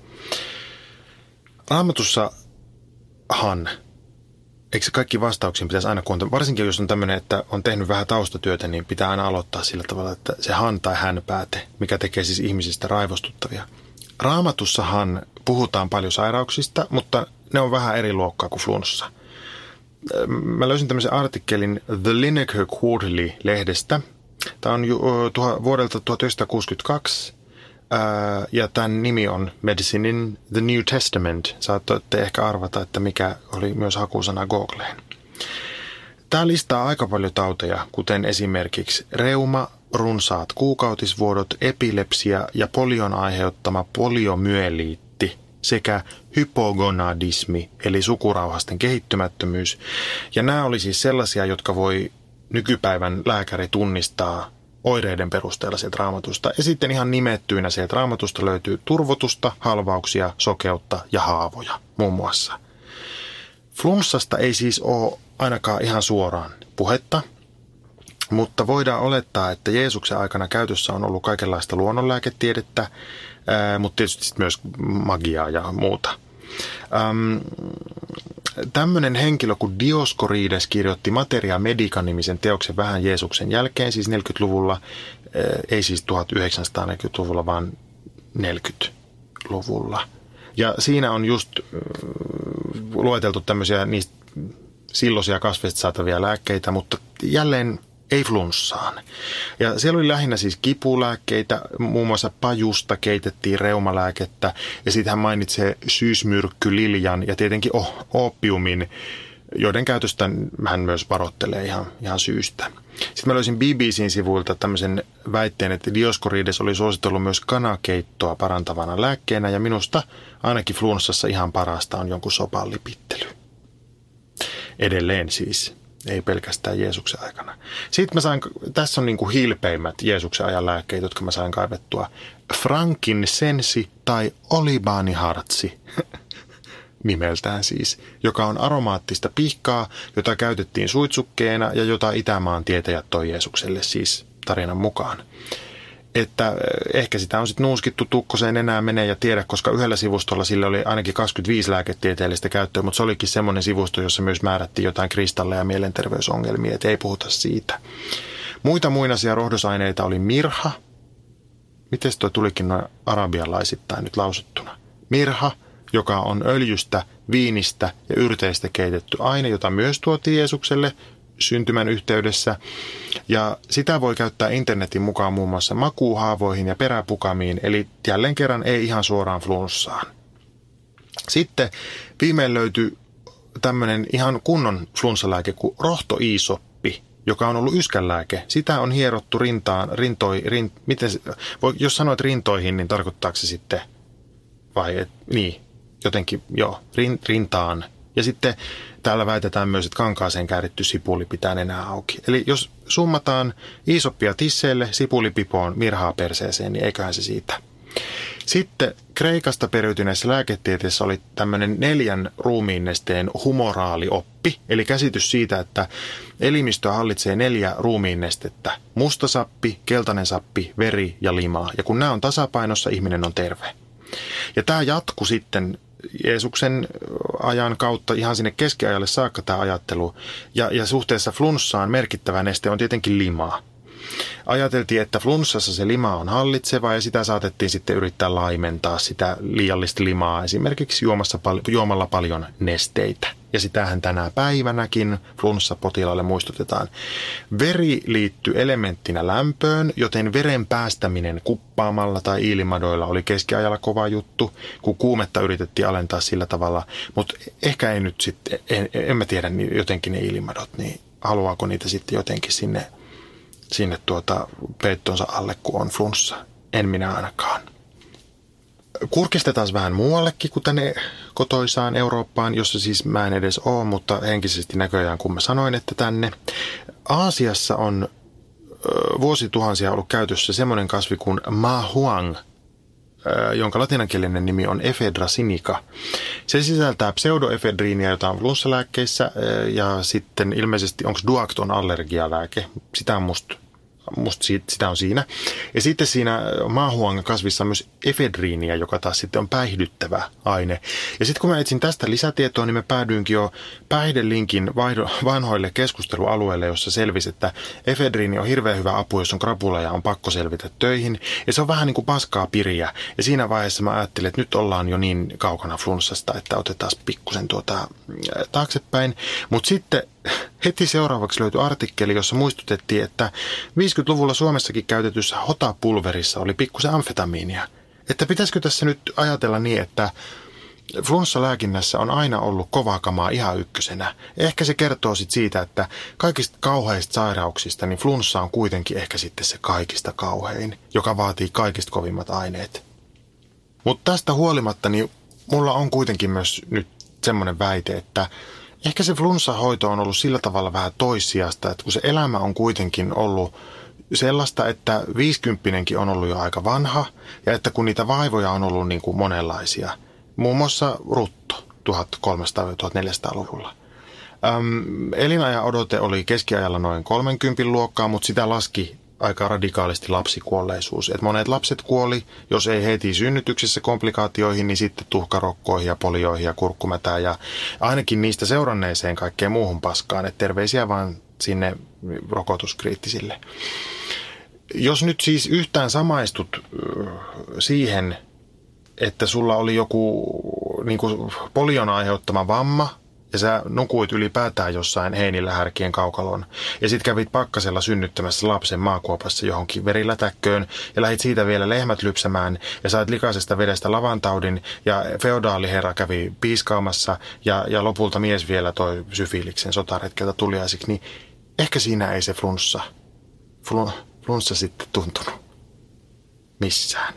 [SPEAKER 2] Raamatussahan, eikö se kaikki vastauksiin pitäisi aina kuunnella? Varsinkin jos on tämmöinen, että on tehnyt vähän taustatyötä, niin pitää aina aloittaa sillä tavalla, että se han tai hän pääte, mikä tekee siis ihmisistä raivostuttavia. Raamatussahan puhutaan paljon sairauksista, mutta ne on vähän eri luokkaa kuin flunssa. Mä löysin tämmöisen artikkelin The Lineker Quarterly-lehdestä. Tämä on vuodelta 1962. Ja tämän nimi on Medicine in the New Testament. Saatatte ehkä arvata, että mikä oli myös hakusana Googleen. Tämä listaa aika paljon tauteja, kuten esimerkiksi reuma, runsaat kuukautisvuodot, epilepsia ja polion aiheuttama poliomyeliitti sekä hypogonadismi, eli sukurauhasten kehittymättömyys. Ja nämä oli siis sellaisia, jotka voi nykypäivän lääkäri tunnistaa oireiden perusteella sieltä Raamatusta. Ja sitten ihan nimettyinä sieltä Raamatusta löytyy turvotusta, halvauksia, sokeutta ja haavoja muun muassa. Flunssasta ei siis ole ainakaan ihan suoraan puhetta, mutta voidaan olettaa, että Jeesuksen aikana käytössä on ollut kaikenlaista luonnonlääketiedettä, mutta tietysti myös magiaa ja muuta. Tämmöinen henkilö kuin Dioskorides kirjoitti Materia Medica-nimisen teoksen vähän Jeesuksen jälkeen, siis 40-luvulla, ei siis 1940-luvulla, vaan 40-luvulla. Ja siinä on just lueteltu tämmöisiä niistä silloisia kasveista saatavia lääkkeitä, mutta jälleen ei flunssaan. Ja siellä oli lähinnä siis kipulääkkeitä, muun muassa pajusta keitettiin reumalääkettä, ja sitten hän mainitsee syysmyrkkyliljan ja tietenkin oopiumin, joiden käytöstä hän myös varoittelee ihan syystä. Sitten mä löysin BBCn sivuilta tämmöisen väitteen, että Dioskorides oli suositellut myös kanakeittoa parantavana lääkkeenä, ja minusta ainakin flunssassa ihan parasta on jonkun sopan lipittely. Edelleen siis, ei pelkästään Jeesuksen aikana. Sitten tässä on niin kuin hilpeimmät Jeesuksen ajan lääkkeet, jotka mä sain kaivettua. Frankinsensi tai olibaanihartsi, nimeltään siis, joka on aromaattista pihkaa, jota käytettiin suitsukkeena ja jota Itämaan tietäjät toi Jeesukselle siis tarinan mukaan. Että ehkä sitä on sitten nuuskittu tukkoseen enää menee ja tiedä, koska yhdellä sivustolla sillä oli ainakin 25 lääketieteellistä käyttöä, mutta se olikin semmoinen sivusto, jossa myös määrättiin jotain kristalleja ja mielenterveysongelmia, että ei puhuta siitä. Muita muinaisia rohdosaineita oli mirha. Miten tuo tulikin noin arabialaisittain nyt lausuttuna? Mirha, joka on öljystä, viinistä ja yrteistä keitetty aine, jota myös tuotiin Jeesukselle syntymän yhteydessä. Ja sitä voi käyttää internetin mukaan muun muassa makuuhaavoihin ja peräpukamiin, eli jälleen kerran ei ihan suoraan flunssaan. Sitten viimein löytyi tämmöinen ihan kunnon flunssalääke kuin rohtoiisoppi, joka on ollut yskänlääke. Sitä on hierottu jos sanoit rintoihin, niin tarkoittaako se sitten, rintaan. Ja sitten täällä väitetään myös, että kankaaseen kääritty sipuli pitää enää auki. Eli jos summataan iisoppia tisseille, sipulipipoon, mirhaa perseeseen, niin eiköhän se siitä. Sitten Kreikasta periytyneessä lääketieteessä oli tämmöinen 4 ruumiinnesteen humoraalioppi, eli käsitys siitä, että elimistöä hallitsee 4 ruumiinnestettä: mustasappi, keltainen sappi, veri ja limaa. Ja kun nämä on tasapainossa, ihminen on terve. Ja tämä jatkui sitten Jeesuksen ajan kautta ihan sinne keskiajalle saakka tämä ajattelu. Ja suhteessa flunssaan merkittävä neste on tietenkin limaa. Ajateltiin, että flunssassa se lima on hallitseva ja sitä saatettiin sitten yrittää laimentaa sitä liiallista limaa esimerkiksi juomalla paljon nesteitä. Ja sitähän tänä päivänäkin flunssapotilaalle muistutetaan. Veri liittyy elementtinä lämpöön, joten veren päästäminen kuppaamalla tai iilimadoilla oli keskiajalla kova juttu, kun kuumetta yritettiin alentaa sillä tavalla. Mutta ehkä ei nyt sitten, en mä tiedä jotenkin ne iilimadot, niin haluaako niitä sitten jotenkin sinne peittonsa alle, kun on flunssa. En minä ainakaan. Kurkistetaan vähän muuallekin kuin tänne kotoisaan Eurooppaan, jossa siis mä en edes ole, mutta henkisesti näköjään, kun mä sanoin, että tänne. Aasiassa on vuosituhansia ollut käytössä semmoinen kasvi kuin mahuang, jonka latinankielinen nimi on Ephedra sinica. Se sisältää pseudoefedriinia, jota on flunssalääkkeissä, ja sitten ilmeisesti onko Duacton allergialääke. Sitä on sitä on siinä. Ja sitten siinä mahuang-kasvissa on myös efedriiniä, joka taas sitten on päihdyttävä aine. Ja sitten kun mä etsin tästä lisätietoa, niin mä päädyinkin jo päihdelinkin vanhoille keskustelualueille, jossa selvisi, että efedriini on hirveän hyvä apu, jos on krapula ja on pakko selvitä töihin. Ja se on vähän niin kuin paskaa piriä. Ja siinä vaiheessa mä ajattelin, että nyt ollaan jo niin kaukana flunssasta, että otetaan pikkusen taaksepäin. Mutta sitten heti seuraavaksi löytyi artikkeli, jossa muistutettiin, että 50-luvulla Suomessakin käytetyssä hotapulverissa oli pikkusen amfetamiinia. Että pitäisikö tässä nyt ajatella niin, että flunssalääkinnässä on aina ollut kovaa kamaa ihan ykkösenä. Ehkä se kertoo sitten siitä, että kaikista kauheista sairauksista, niin flunssa on kuitenkin ehkä sitten se kaikista kauhein, joka vaatii kaikista kovimmat aineet. Mutta tästä huolimatta, niin mulla on kuitenkin myös nyt semmoinen väite, että ehkä se flunssahoito on ollut sillä tavalla vähän toissijasta, että kun se elämä on kuitenkin ollut sellaista, että 50-kin on ollut jo aika vanha ja että kun niitä vaivoja on ollut niin kuin monenlaisia, muun muassa rutto 1300-1400-luvulla. Elinajan odote oli keskiajalla noin 30 luokkaa, mutta sitä laski aika radikaalisti lapsikuolleisuus. Et monet lapset kuoli, jos ei heti synnytyksessä komplikaatioihin, niin sitten tuhkarokkoihin ja polioihin ja kurkkumätään ja ainakin niistä seuranneeseen kaikkeen muuhun paskaan. Et terveisiä vaan sinne rokotuskriittisille. Jos nyt siis yhtään samaistut siihen, että sulla oli joku niin kuin polion aiheuttama vamma ja sä nukuit ylipäätään jossain heinillä härkien kaukalon ja sit kävit pakkasella synnyttämässä lapsen maakuopassa johonkin verilätäkköön ja lähit siitä vielä lehmät lypsämään ja sait likaisesta vedestä lavantaudin ja feodaaliherra kävi piiskaamassa ja lopulta mies vielä toi syfiiliksen sotaretkeltä tuliaisiksi, niin ehkä siinä ei se flunssa sitten tuntunut missään.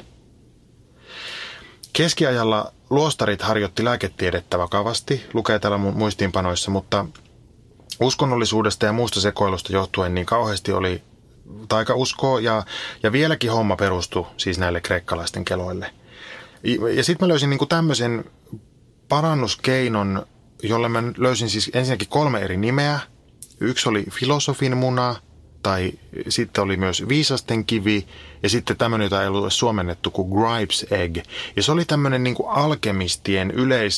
[SPEAKER 2] Keskiajalla luostarit harjoitti lääketiedettä vakavasti, lukee täällä muistiinpanoissa, mutta uskonnollisuudesta ja muusta sekoilusta johtuen niin kauheasti oli taikauskoa ja vieläkin homma perustui siis näille kreikkalaisten keloille. Ja sitten mä löysin niin kuin tämmöisen parannuskeinon, jolle mä löysin siis ensinnäkin 3 eri nimeä. Yksi oli filosofin muna, tai sitten oli myös viisasten kivi, ja sitten tämmöinen, jota ei ollut suomennettu kuin Gripes Egg. Ja se oli tämmöinen niin kuin alkemistien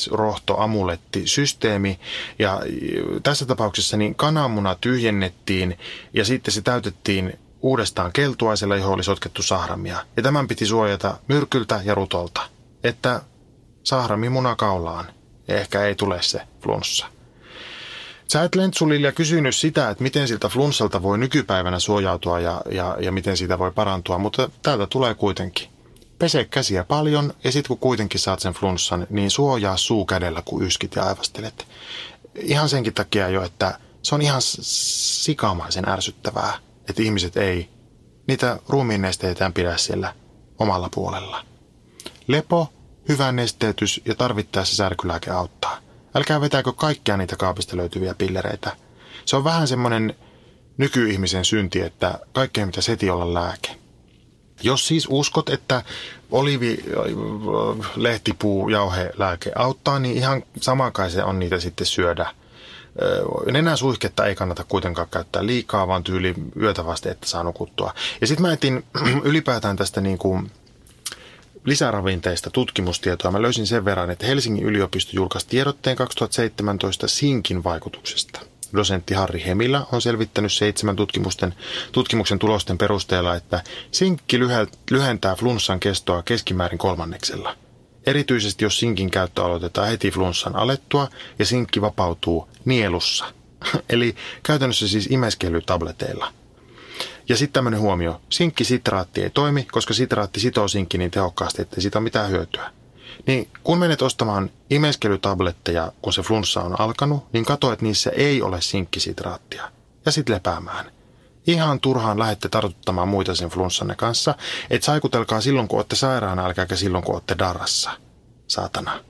[SPEAKER 2] yleisrohtoamulettisysteemi, ja tässä tapauksessa niin kananmuna tyhjennettiin, ja sitten se täytettiin uudestaan keltuaisella, johon oli sotkettu sahramia. Ja tämän piti suojata myrkyltä ja rutolta, että sahrami muna kaulaan, ja ehkä ei tule se flunssa. Sä et Lentsulilla kysynyt sitä, että miten siltä flunssalta voi nykypäivänä suojautua ja miten siitä voi parantua, mutta täältä tulee kuitenkin. Pese käsiä paljon ja sit kun kuitenkin saat sen flunssan, niin suojaa suu kädellä, kun yskit ja aivastelet. Ihan senkin takia jo, että se on ihan sikamaisen ärsyttävää, että ihmiset ei niitä ruumiinnesteitään pidä siellä omalla puolella. Lepo, hyvä nesteytys ja tarvittaessa särkylääke auttaa. Älkää vetääkö kaikkia niitä kaapista löytyviä pillereitä. Se on vähän semmoinen nykyihmisen synti, että kaikkeen pitäisi heti olla lääke. Jos siis uskot, että olivi, lehtipuu, jauhelääke auttaa, niin ihan sama kai se on niitä sitten syödä. Nenäsuihketta ei kannata kuitenkaan käyttää liikaa, vaan tyyli yötä vasten, että saa nukuttua. Ja sitten mä etin ylipäätään tästä niin kuin lisäravinteista tutkimustietoa. Mä löysin sen verran, että Helsingin yliopisto julkaisi tiedotteen 2017 sinkin vaikutuksesta. Dosentti Harri Hemilä on selvittänyt 7 tutkimuksen tulosten perusteella, että sinkki lyhentää flunssan kestoa keskimäärin 1/3. Erityisesti jos sinkin käyttö aloitetaan heti flunssan alettua ja sinkki vapautuu nielussa. Eli käytännössä siis imeskelytableteilla. Ja sitten tämmöinen huomio. Sinkkisitraatti ei toimi, koska sitraatti sitoo sinkki niin tehokkaasti, ettei siitä ole mitään hyötyä. Niin kun menet ostamaan imeskelytabletteja, kun se flunssa on alkanut, niin katso, että niissä ei ole sinkkisitraattia. Ja sitten lepäämään. Ihan turhaan lähdette tartuttamaan muita sen flunssanne kanssa, että saikutelkaa silloin, kun olette sairaana, älkääkä silloin, kun olette darrassa. Saatana.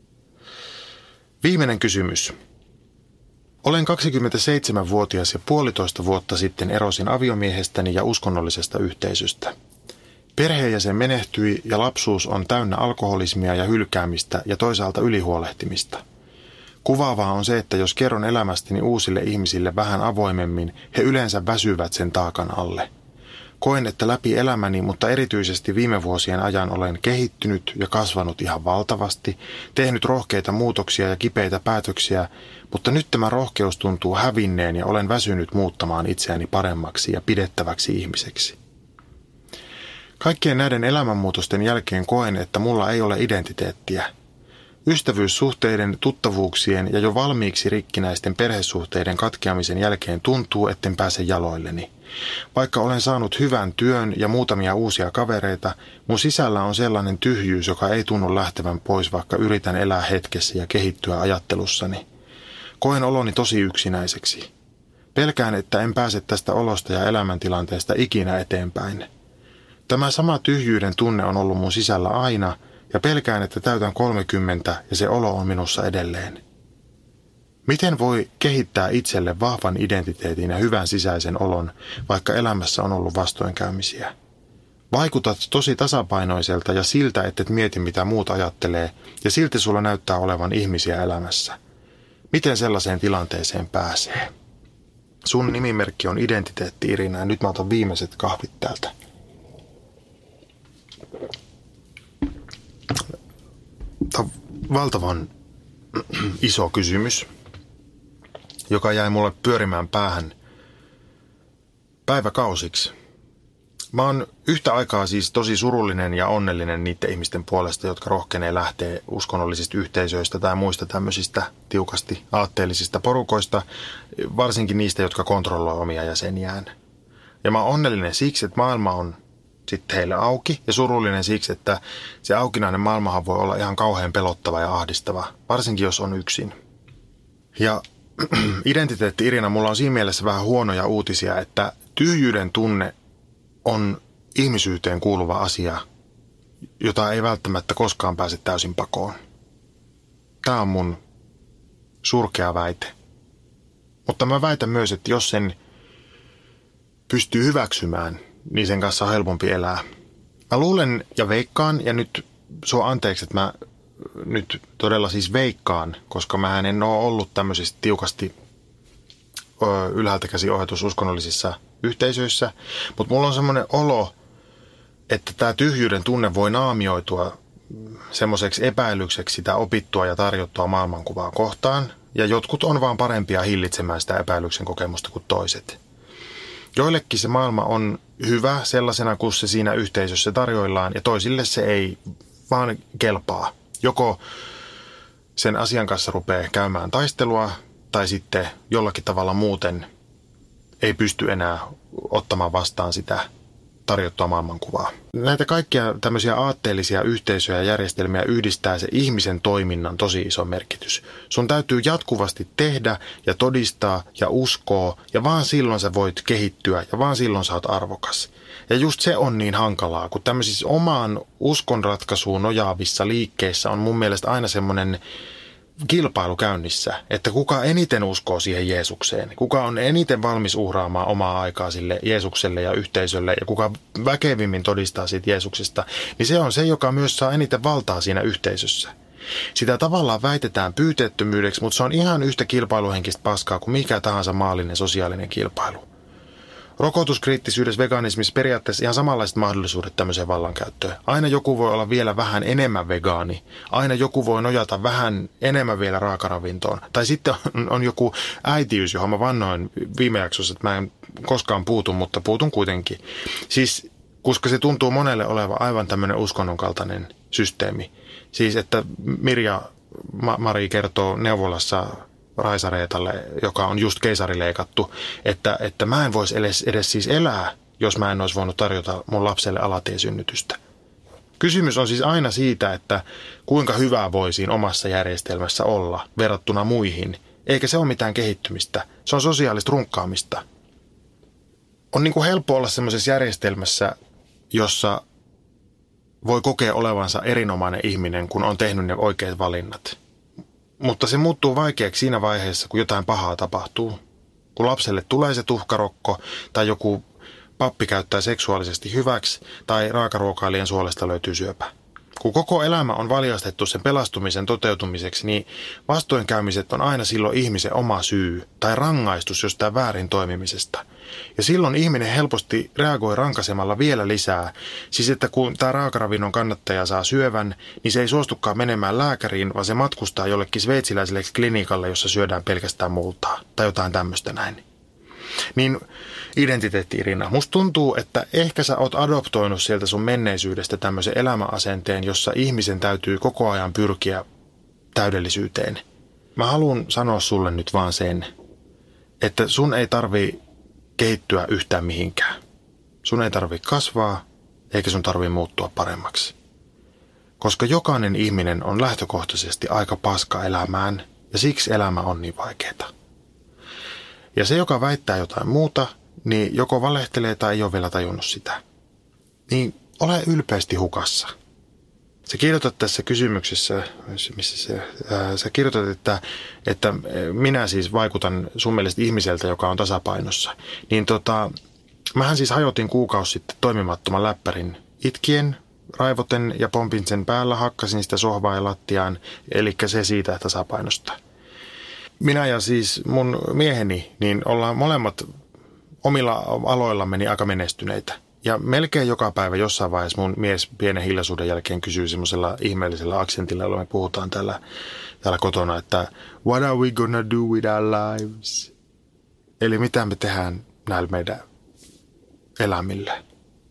[SPEAKER 2] Viimeinen kysymys. Olen 27-vuotias ja 1,5 vuotta sitten erosin aviomiehestäni ja uskonnollisesta yhteisöstä. Perheenjäsen menehtyi ja lapsuus on täynnä alkoholismia ja hylkäämistä ja toisaalta ylihuolehtimista. Kuvaavaa on se, että jos kerron elämästäni uusille ihmisille vähän avoimemmin, he yleensä väsyvät sen taakan alle. Koen, että läpi elämäni, mutta erityisesti viime vuosien ajan olen kehittynyt ja kasvanut ihan valtavasti, tehnyt rohkeita muutoksia ja kipeitä päätöksiä, mutta nyt tämä rohkeus tuntuu hävinneen ja olen väsynyt muuttamaan itseäni paremmaksi ja pidettäväksi ihmiseksi. Kaikkien näiden elämänmuutosten jälkeen koen, että mulla ei ole identiteettiä. Ystävyyssuhteiden, tuttavuuksien ja jo valmiiksi rikkinäisten perhesuhteiden katkeamisen jälkeen tuntuu, etten pääse jaloilleni. Vaikka olen saanut hyvän työn ja muutamia uusia kavereita, mun sisällä on sellainen tyhjyys, joka ei tunnu lähtevän pois, vaikka yritän elää hetkessä ja kehittyä ajattelussani. Koen oloni tosi yksinäiseksi. Pelkään, että en pääse tästä olosta ja elämäntilanteesta ikinä eteenpäin. Tämä sama tyhjyyden tunne on ollut mun sisällä aina, ja pelkään, että täytän 30 ja se olo on minussa edelleen. Miten voi kehittää itselle vahvan identiteetin ja hyvän sisäisen olon, vaikka elämässä on ollut vastoinkäymisiä? Vaikutat tosi tasapainoiselta ja siltä, et mieti mitä muut ajattelee, ja silti sulla näyttää olevan ihmisiä elämässä. Miten sellaiseen tilanteeseen pääsee? Sun nimimerkki on Identiteetti Irina, ja nyt mä otan viimeiset kahvit täältä. Tämä on valtavan iso kysymys, joka jäi mulle pyörimään päähän päiväkausiksi. Mä oon yhtä aikaa siis tosi surullinen ja onnellinen niiden ihmisten puolesta, jotka rohkenee lähteä uskonnollisista yhteisöistä tai muista tämmöisistä tiukasti aatteellisista porukoista, varsinkin niistä, jotka kontrolloi omia jäseniään. Ja mä oon onnellinen siksi, että maailma on sitten heille auki, ja surullinen siksi, että se aukinainen maailmahan voi olla ihan kauhean pelottava ja ahdistava, varsinkin jos on yksin. Ja Identiteetti Irina, mulla on siinä mielessä vähän huonoja uutisia, että tyhjyyden tunne on ihmisyyteen kuuluva asia, jota ei välttämättä koskaan pääse täysin pakoon. Tämä on mun surkea väite. Mutta mä väitän myös, että jos sen pystyy hyväksymään, niin sen kanssa on helpompi elää. Mä luulen ja veikkaan, ja nyt sua anteeksi, että mä nyt todella siis veikkaan, koska mä en ole ollut tämmöisissä tiukasti ylhäältä käsin ohjatus uskonnollisissa yhteisöissä, mutta mulla on semmoinen olo, että tämä tyhjyyden tunne voi naamioitua semmoiseksi epäilykseksi sitä opittua ja tarjottua maailmankuvaa kohtaan, ja jotkut on vaan parempia hillitsemään sitä epäilyksen kokemusta kuin toiset. Joillekin se maailma on hyvä sellaisena, kun se siinä yhteisössä tarjoillaan, ja toisille se ei vaan kelpaa. Joko sen asian kanssa rupeaa käymään taistelua, tai sitten jollakin tavalla muuten ei pysty enää ottamaan vastaan sitä tarjottua maailmankuvaa. Näitä kaikkia tämmöisiä aatteellisia yhteisöjä ja järjestelmiä yhdistää se ihmisen toiminnan tosi iso merkitys. Sun täytyy jatkuvasti tehdä ja todistaa ja uskoa, ja vaan silloin sä voit kehittyä, ja vaan silloin sä oot arvokas. Ja just se on niin hankalaa, kun tämmöisissä omaan uskonratkaisuun nojaavissa liikkeissä on mun mielestä aina semmoinen kilpailu käynnissä, että kuka eniten uskoo siihen Jeesukseen, kuka on eniten valmis uhraamaan omaa aikaa sille Jeesukselle ja yhteisölle ja kuka väkevimmin todistaa siitä Jeesuksesta, niin se on se, joka myös saa eniten valtaa siinä yhteisössä. Sitä tavallaan väitetään pyyteettömyydeksi, mutta se on ihan yhtä kilpailuhenkistä paskaa kuin mikä tahansa maallinen sosiaalinen kilpailu. Rokotuskriittisyydessä, veganismissa periaatteessa ihan samanlaiset mahdollisuudet tämmöiseen vallankäyttöön. Aina joku voi olla vielä vähän enemmän vegaani. Aina joku voi nojata vähän enemmän vielä raakaravintoon. Tai sitten on joku äitiys, johon mä vannoin viime jaksossa, että mä en koskaan puutu, mutta puutun kuitenkin. Siis, koska se tuntuu monelle olevan aivan tämmöinen uskonnon kaltainen systeemi. Siis, että Mirja Mari kertoo neuvolassa Raisa Reetalle, joka on just keisarileikattu, että mä en voisi edes siis elää, jos mä en olisi voinut tarjota mun lapselle alatiesynnytystä. Kysymys on siis aina siitä, että kuinka hyvää voi siinä omassa järjestelmässä olla verrattuna muihin, eikä se ole mitään kehittymistä, se on sosiaalista runkkaamista. On niin kuin helppo olla semmoisessa järjestelmässä, jossa voi kokea olevansa erinomainen ihminen, kun on tehnyt ne oikeat valinnat. Mutta se muuttuu vaikeaksi siinä vaiheessa, kun jotain pahaa tapahtuu. Kun lapselle tulee se tuhkarokko tai joku pappi käyttää seksuaalisesti hyväksi tai raakaruokailijan suolesta löytyy syöpä. Kun koko elämä on valjastettu sen pelastumisen toteutumiseksi, niin vastoinkäymiset on aina silloin ihmisen oma syy tai rangaistus jostain väärin toimimisesta. Ja silloin ihminen helposti reagoi rankasemalla vielä lisää. Siis että kun tämä raakaravinnon kannattaja saa syövän, niin se ei suostukaan menemään lääkäriin, vaan se matkustaa jollekin sveitsiläiselle klinikalle, jossa syödään pelkästään multaa tai jotain tämmöistä näin. Niin Identiteetti Irina, musta tuntuu, että ehkä sä oot adoptoinut sieltä sun menneisyydestä tämmöisen elämäasenteen, jossa ihmisen täytyy koko ajan pyrkiä täydellisyyteen. Mä haluan sanoa sulle nyt vaan sen, että sun ei tarvi kehittyä yhtään mihinkään. Sun ei tarvi kasvaa, eikä sun tarvi muuttua paremmaksi. Koska jokainen ihminen on lähtökohtaisesti aika paska elämään, ja siksi elämä on niin vaikeaa. Ja se, joka väittää jotain muuta, niin joko valehtelee tai ei ole vielä tajunnut sitä. Niin ole ylpeästi hukassa. Sä kirjoitat tässä kysymyksessä, missä sä kirjoitat, että minä siis vaikutan sun mielestä ihmiseltä, joka on tasapainossa. Niin mähän siis hajotin kuukausi sitten toimimattoman läppärin itkien, raivoten ja pompin sen päällä, hakkasin sitä sohvaa ja lattiaan, eli se siitä tasapainosta. Minä ja siis mun mieheni, niin ollaan molemmat omilla aloillamme niin aika menestyneitä. Ja melkein joka päivä jossain vaiheessa mun mies pienen hiljaisuuden jälkeen kysyy semmoisella ihmeellisellä aksentilla, jolla me puhutaan täällä kotona, että what are we gonna do with our lives? Eli mitä me tehdään näillä meidän elämillä.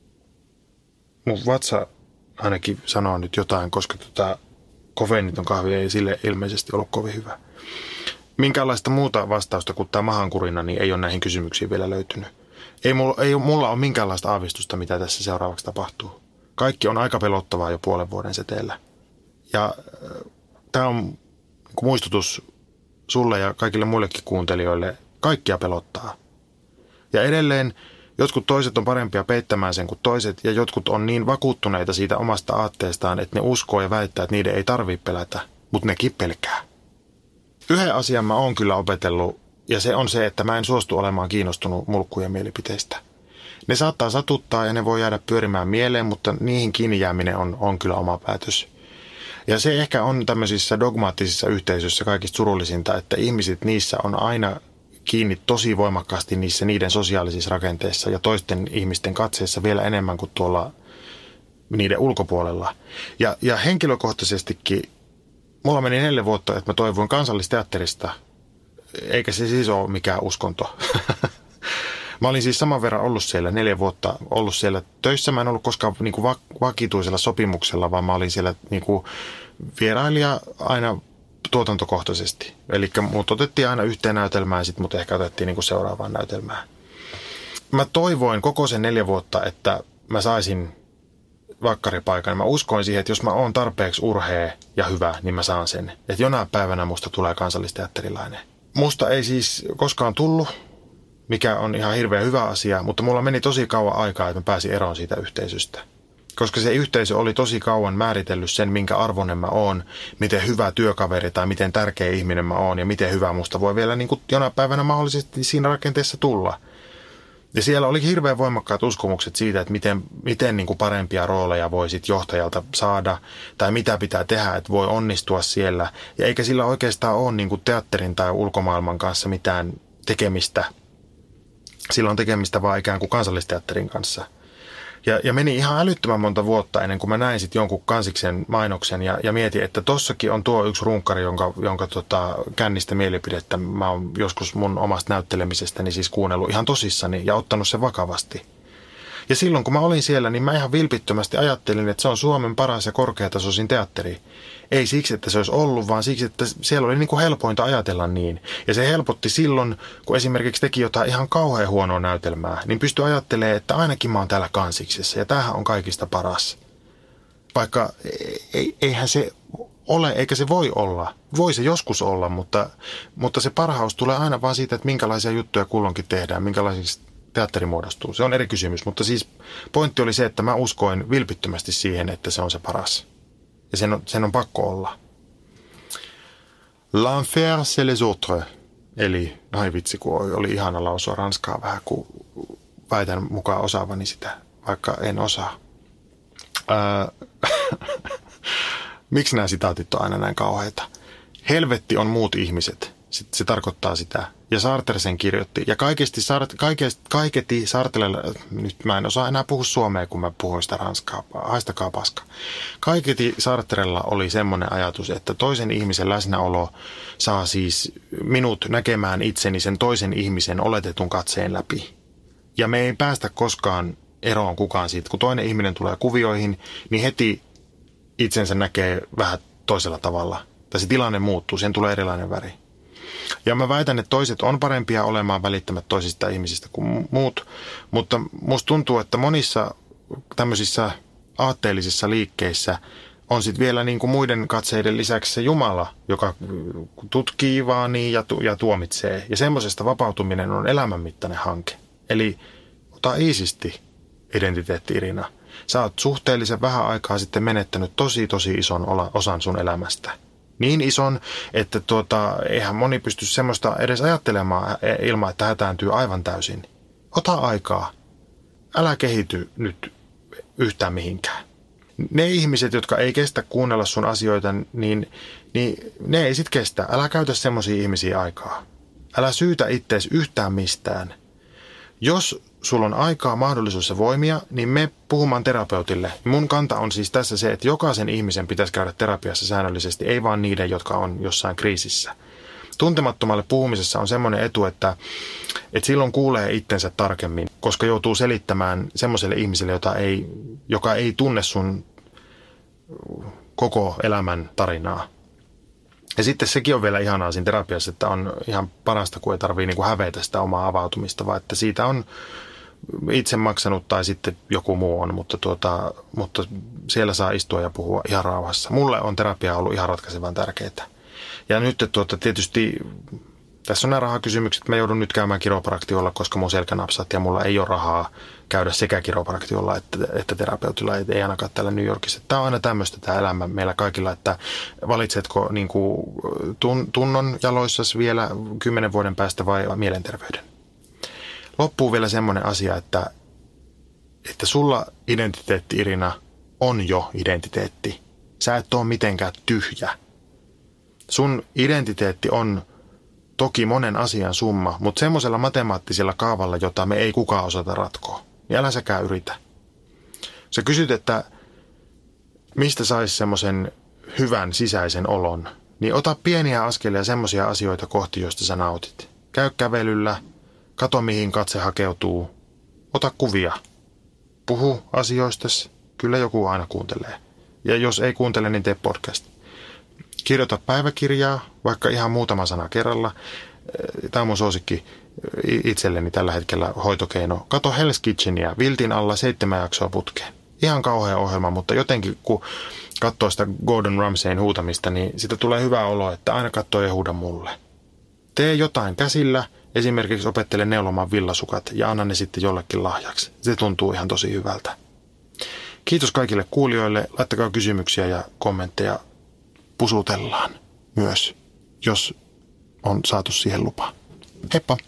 [SPEAKER 2] Mun vatsa ainakin sanoo nyt jotain, koska kofeiiniton kahvi ei sille ilmeisesti ollut kovin hyvä. Minkäänlaista muuta vastausta kuin tämä mahankurina, niin ei ole näihin kysymyksiin vielä löytynyt. Ei mulla ole minkäänlaista aavistusta, mitä tässä seuraavaksi tapahtuu. Kaikki on aika pelottavaa jo puolen vuoden seteellä. Ja tämä on muistutus sulle ja kaikille muillekin kuuntelijoille. Kaikkia pelottaa. Ja edelleen jotkut toiset on parempia peittämään sen kuin toiset, ja jotkut on niin vakuuttuneita siitä omasta aatteestaan, että ne uskoo ja väittää, että niiden ei tarvitse pelätä, mutta nekin pelkää. Yhden asian mä oon kyllä opetellut, ja se on se, että mä en suostu olemaan kiinnostunut mulkkujen mielipiteistä. Ne saattaa satuttaa ja ne voi jäädä pyörimään mieleen, mutta niihin kiinni jääminen on kyllä oma päätös. Ja se ehkä on tämmöisissä dogmaattisissa yhteisöissä kaikista surullisinta, että ihmiset niissä on aina kiinni tosi voimakkaasti niiden sosiaalisissa rakenteissa ja toisten ihmisten katseissa vielä enemmän kuin tuolla niiden ulkopuolella. Ja henkilökohtaisestikin mulla meni 4 vuotta, että mä toivuin Kansallisteatterista, eikä se siis ole mikään uskonto. Mä olin siis saman verran ollut siellä 4 vuotta ollut siellä töissä. Mä en ollut koskaan niinku vakituisella sopimuksella, vaan mä olin siellä niinku vierailija aina tuotantokohtaisesti. Eli mut otettiin aina yhteen näytelmään ja sitten mut ehkä otettiin niinku seuraavaan näytelmään. Mä toivoin koko sen 4 vuotta, että mä saisin vakkaripaikan. Mä uskoin siihen, että jos mä oon tarpeeksi urhea ja hyvä, niin mä saan sen. Että jonain päivänä musta tulee kansallisteatterilainen. Musta ei siis koskaan tullut, mikä on ihan hirveän hyvä asia, mutta mulla meni tosi kauan aikaa, että mä pääsin eroon siitä yhteisöstä. Koska se yhteisö oli tosi kauan määritellyt sen, minkä arvoinen mä oon, miten hyvä työkaveri tai miten tärkeä ihminen mä oon ja miten hyvä musta voi vielä niin kuin jonain päivänä mahdollisesti siinä rakenteessa tulla. Ja siellä oli hirveän voimakkaat uskomukset siitä, että miten niin kuin parempia rooleja voi sit johtajalta saada tai mitä pitää tehdä, että voi onnistua siellä. Ja eikä sillä oikeastaan ole niin kuin teatterin tai ulkomaailman kanssa mitään tekemistä. Sillä on tekemistä vaan ikään kuin Kansallisteatterin kanssa. Ja meni ihan älyttömän monta vuotta ennen kuin mä näin sitten jonkun kansiksen mainoksen ja mietin, että tossakin on tuo yksi runkkari, jonka kännistä mielipidettä mä oon joskus mun omasta näyttelemisestäni siis kuunnellut ihan tosissani ja ottanut sen vakavasti. Ja silloin kun mä olin siellä, niin mä ihan vilpittömästi ajattelin, että se on Suomen paras ja korkeatasoisin teatteri. Ei siksi, että se olisi ollut, vaan siksi, että siellä oli niin kuin helpointa ajatella niin. Ja se helpotti silloin, kun esimerkiksi teki jotain ihan kauhean huonoa näytelmää, niin pystyi ajattelemaan, että ainakin mä oon täällä kansiksessa ja tämähän on kaikista paras. Vaikka eihän se ole, eikä se voi olla. Voi se joskus olla, mutta se parhaus tulee aina vaan siitä, että minkälaisia juttuja kulloinkin tehdään, minkälaisiksi teatteri muodostuu. Se on eri kysymys, mutta siis pointti oli se, että mä uskoin vilpittömästi siihen, että se on se paras. Ja sen on pakko olla. L'enfer, c'est les autres. Eli, ai vitsi, kun oli ihana lausua ranskaa vähän, kun väitän mukaan osaavani sitä, vaikka en osaa. Miksi nämä sitaatit on aina näin kauheita? Helvetti on muut ihmiset. Se tarkoittaa sitä. Ja Sartre sen kirjoitti. Ja kaiketi Sartrella, nyt mä en osaa enää puhua suomea, kun mä puhun sitä ranskaa. Haistakaa paska. Kaiketi Sartrella oli semmoinen ajatus, että toisen ihmisen läsnäolo saa siis minut näkemään itseni sen toisen ihmisen oletetun katseen läpi. Ja me ei päästä koskaan eroon kukaan siitä. Kun toinen ihminen tulee kuvioihin, niin heti itsensä näkee vähän toisella tavalla. Tai se tilanne muuttuu, siihen tulee erilainen väri. Ja mä väitän, että toiset on parempia olemaan välittämät toisista ihmisistä kuin muut, mutta musta tuntuu, että monissa tämmöisissä aatteellisissa liikkeissä on sitten vielä niin kuin muiden katseiden lisäksi se Jumala, joka tutkii, vaanii ja tuomitsee. Ja semmoisesta vapautuminen on elämänmittainen hanke. Eli ota iisisti identiteetti, Irina. Sä oot suhteellisen vähän aikaa sitten menettänyt tosi ison osan sun elämästä. Niin ison, että eihän moni pysty semmoista edes ajattelemaan ilman, että hätääntyy aivan täysin. Ota aikaa. Älä kehity nyt yhtään mihinkään. Ne ihmiset, jotka ei kestä kuunnella sun asioita, niin ne ei sit kestä. Älä käytä semmoisia ihmisiä aikaa. Älä syytä ittees yhtään mistään. Jos sulla on aikaa, mahdollisuus ja voimia, niin me puhumaan terapeutille. Mun kanta on siis tässä se, että jokaisen ihmisen pitäisi käydä terapiassa säännöllisesti, ei vaan niiden, jotka on jossain kriisissä. Tuntemattomalle puhumisessa on semmoinen etu, että silloin kuulee itsensä tarkemmin, koska joutuu selittämään semmoiselle ihmiselle, joka ei tunne sun koko elämän tarinaa. Ja sitten sekin on vielä ihanaa siinä terapiassa, että on ihan parasta, kun ei tarvitse niin hävetä sitä omaa avautumista, vaan että siitä on itse maksanut tai sitten joku muu on, mutta siellä saa istua ja puhua ihan rauhassa. Mulle on terapia ollut ihan ratkaisevan tärkeää. Ja nyt tietysti tässä on nämä rahakysymykset. Mä joudun nyt käymään kiropraktiolla, koska mun selkä napsat ja mulla ei ole rahaa käydä sekä kiropraktiolla että terapeutilla, ei ainakaan täällä New Yorkissa. Tämä on aina tämmöistä tämä elämä meillä kaikilla, että valitsetko niin kuin tunnon jaloissasi vielä 10 vuoden päästä vai mielenterveyden. Loppuu vielä semmoinen asia, että sulla identiteetti, Irina, on jo identiteetti. Sä et ole mitenkään tyhjä. Sun identiteetti on toki monen asian summa, mutta semmoisella matemaattisella kaavalla, jota me ei kukaan osata ratkoa, niin älä säkään yritä. Sä kysyt, että mistä saisi semmoisen hyvän sisäisen olon, niin ota pieniä askelia semmoisia asioita kohti, joista sä nautit. Käy kävelyllä, kato mihin katse hakeutuu, ota kuvia, puhu asioistas, kyllä joku aina kuuntelee. Ja jos ei kuuntele, niin tee podcast. Kirjoita päiväkirjaa, vaikka ihan muutama sana kerralla. Tämä on mun suosikki itselleni tällä hetkellä hoitokeino. Kato Hell's Kitcheniä, viltin alla 7 jaksoa putkeen. Ihan kauhea ohjelma, mutta jotenkin kun katsoo sitä Gordon Ramsayn huutamista, niin sitä tulee hyvä olo, että aina katsoo ja huuda mulle. Tee jotain käsillä, esimerkiksi opettele neulomaan villasukat ja anna ne sitten jollekin lahjaksi. Se tuntuu ihan tosi hyvältä. Kiitos kaikille kuulijoille, laittakaa kysymyksiä ja kommentteja. Pusutellaan myös, jos on saatu siihen lupa. Heippa!